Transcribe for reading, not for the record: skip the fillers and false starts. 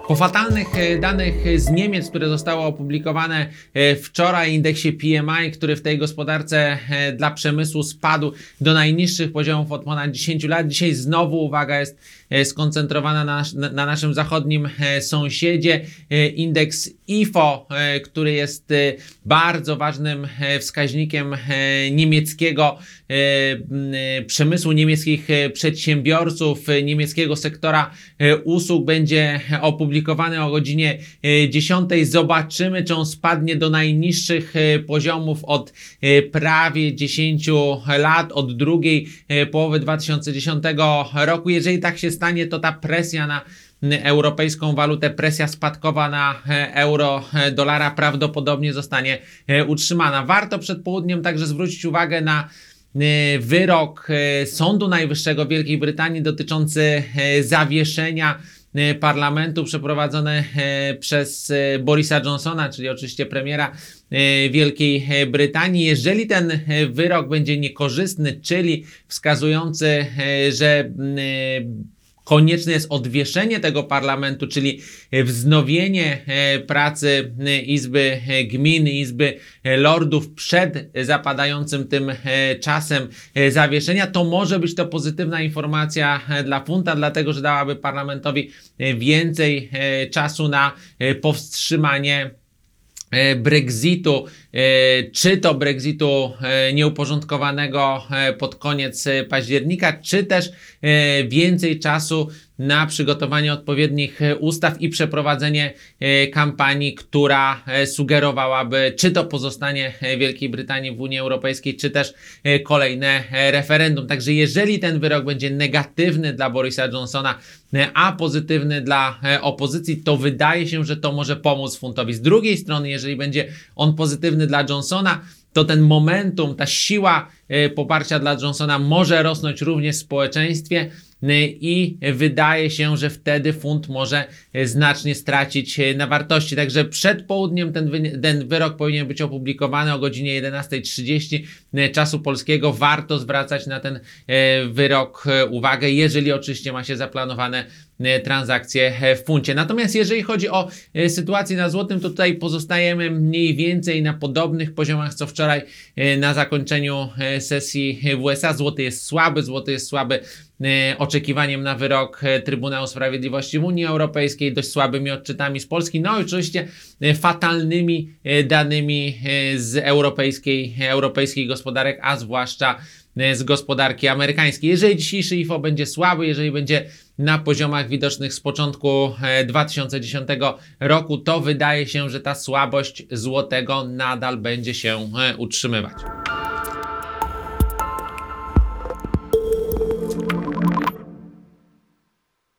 Po fatalnych danych z Niemiec, które zostały opublikowane wczoraj, indeksie PMI, który w tej gospodarce dla przemysłu spadł do najniższych poziomów od ponad 10 lat. Dzisiaj znowu uwaga jest skoncentrowana na naszym zachodnim sąsiedzie. Indeks IFO, który jest bardzo ważnym wskaźnikiem niemieckiego przemysłu, niemieckich przedsiębiorców, niemieckiego sektora usług, będzie opublikowany o godzinie 10. Zobaczymy, czy on spadnie do najniższych poziomów od prawie 10 lat, od drugiej połowy 2010 roku. Jeżeli tak się stanie, to ta presja na europejską walutę, presja spadkowa na euro, dolara prawdopodobnie zostanie utrzymana. Warto przed południem także zwrócić uwagę na wyrok Sądu Najwyższego Wielkiej Brytanii dotyczący zawieszenia parlamentu przeprowadzone przez Borisa Johnsona, czyli oczywiście premiera Wielkiej Brytanii. Jeżeli ten wyrok będzie niekorzystny, czyli wskazujący, że konieczne jest odwieszenie tego parlamentu, czyli wznowienie pracy Izby Gmin, Izby Lordów przed zapadającym tym czasem zawieszenia, to może być to pozytywna informacja dla funta, dlatego że dałaby parlamentowi więcej czasu na powstrzymanie Brexitu, czy to Brexitu nieuporządkowanego pod koniec października, czy też więcej czasu na przygotowanie odpowiednich ustaw i przeprowadzenie kampanii, która sugerowałaby, czy to pozostanie Wielkiej Brytanii w Unii Europejskiej, czy też kolejne referendum. Także jeżeli ten wyrok będzie negatywny dla Borisa Johnsona, a pozytywny dla opozycji, to wydaje się, że to może pomóc funtowi. Z drugiej strony, jeżeli będzie on pozytywny dla Johnsona, to ten momentum, ta siła poparcia dla Johnsona może rosnąć również w społeczeństwie i wydaje się, że wtedy funt może znacznie stracić na wartości. Także przed południem ten wyrok powinien być opublikowany o godzinie 11:30 czasu polskiego. Warto zwracać na ten wyrok uwagę, jeżeli oczywiście ma się zaplanowane transakcje w funcie. Natomiast jeżeli chodzi o sytuację na złotym, to tutaj pozostajemy mniej więcej na podobnych poziomach co wczoraj na zakończeniu sesji w USA. Złoty jest słaby oczekiwaniem na wyrok Trybunału Sprawiedliwości w Unii Europejskiej, dość słabymi odczytami z Polski, no i oczywiście fatalnymi danymi z europejskich gospodarek, a zwłaszcza z gospodarki amerykańskiej. Jeżeli dzisiejszy IFO będzie słaby, jeżeli będzie na poziomach widocznych z początku 2010 roku, to wydaje się, że ta słabość złotego nadal będzie się utrzymywać.